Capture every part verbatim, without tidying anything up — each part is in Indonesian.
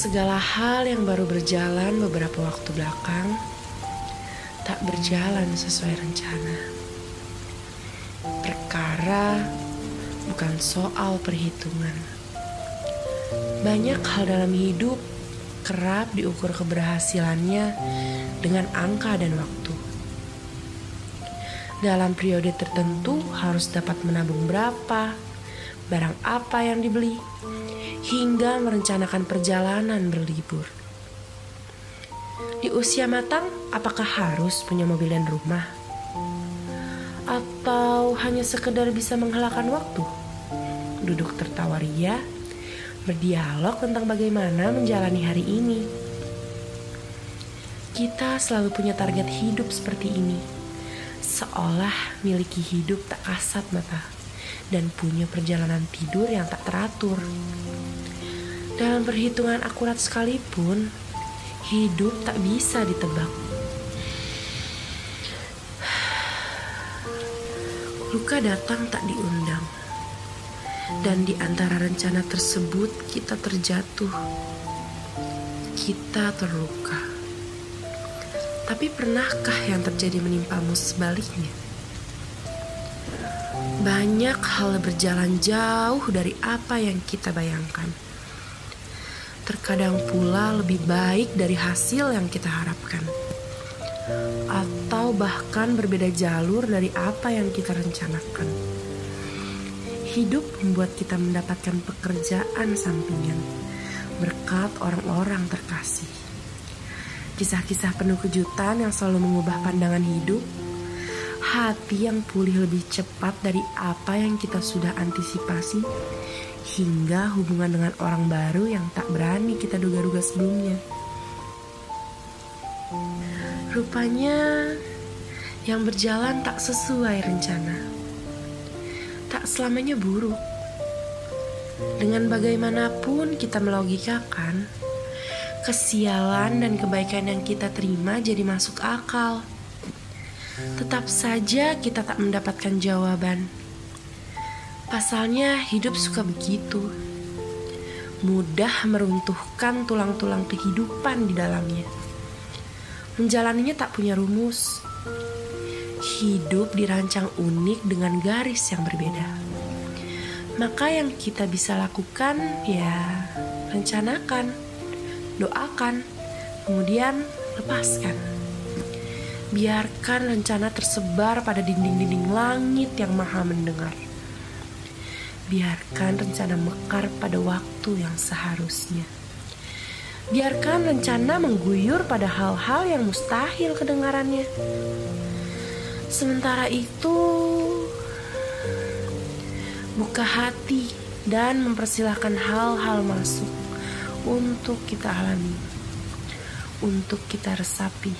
Segala hal yang baru berjalan beberapa waktu belakang tak berjalan sesuai rencana. Perkara bukan soal perhitungan. Banyak hal dalam hidup kerap diukur keberhasilannya dengan angka dan waktu. Dalam periode tertentu harus dapat menabung berapa, barang apa yang dibeli, hingga merencanakan perjalanan berlibur. Di usia matang, apakah harus punya mobil dan rumah? Atau hanya sekedar bisa menghalakan waktu? Duduk tertawa ria, berdialog tentang bagaimana menjalani hari ini. Kita selalu punya target hidup seperti ini, seolah miliki hidup tak kasat mata dan punya perjalanan tidur yang tak teratur. Dalam perhitungan akurat sekalipun, hidup tak bisa ditebak. Luka datang tak diundang, dan di antara rencana tersebut kita terjatuh. Kita terluka. Tapi pernahkah yang terjadi menimpamu sebaliknya? Banyak hal berjalan jauh dari apa yang kita bayangkan. Terkadang pula lebih baik dari hasil yang kita harapkan. Atau bahkan berbeda jalur dari apa yang kita rencanakan. Hidup membuat kita mendapatkan pekerjaan sampingan berkat orang-orang terkasih. Kisah-kisah penuh kejutan yang selalu mengubah pandangan hidup. Hati yang pulih lebih cepat dari apa yang kita sudah antisipasi, hingga hubungan dengan orang baru yang tak berani kita duga-duga sebelumnya. Rupanya yang berjalan tak sesuai rencana, tak selamanya buruk. Dengan bagaimanapun kita melogikakan, kesialan dan kebaikan yang kita terima jadi masuk akal. Tetap saja kita tak mendapatkan jawaban. Pasalnya hidup suka begitu, mudah meruntuhkan tulang-tulang kehidupan di dalamnya. Menjalaninya tak punya rumus. Hidup dirancang unik dengan garis yang berbeda. Maka yang kita bisa lakukan ya rencanakan, doakan, kemudian lepaskan. Biarkan rencana tersebar pada dinding-dinding langit yang maha mendengar. Biarkan rencana mekar pada waktu yang seharusnya. Biarkan rencana mengguyur pada hal-hal yang mustahil kedengarannya. Sementara itu, buka hati dan mempersilahkan hal-hal masuk untuk kita alami, untuk kita resapi.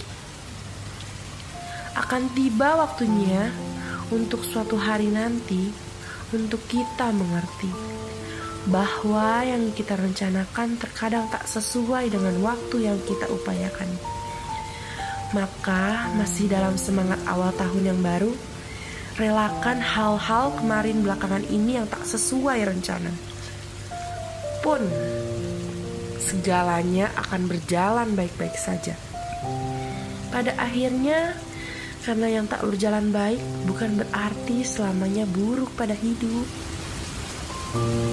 Akan tiba waktunya untuk suatu hari nanti untuk kita mengerti bahwa yang kita rencanakan terkadang tak sesuai dengan waktu yang kita upayakan. Maka masih dalam semangat awal tahun yang baru, relakan hal-hal kemarin belakangan ini yang tak sesuai rencana. Pun segalanya akan berjalan baik-baik saja. Pada akhirnya, karena yang tak berjalan baik bukan berarti selamanya buruk pada hidup.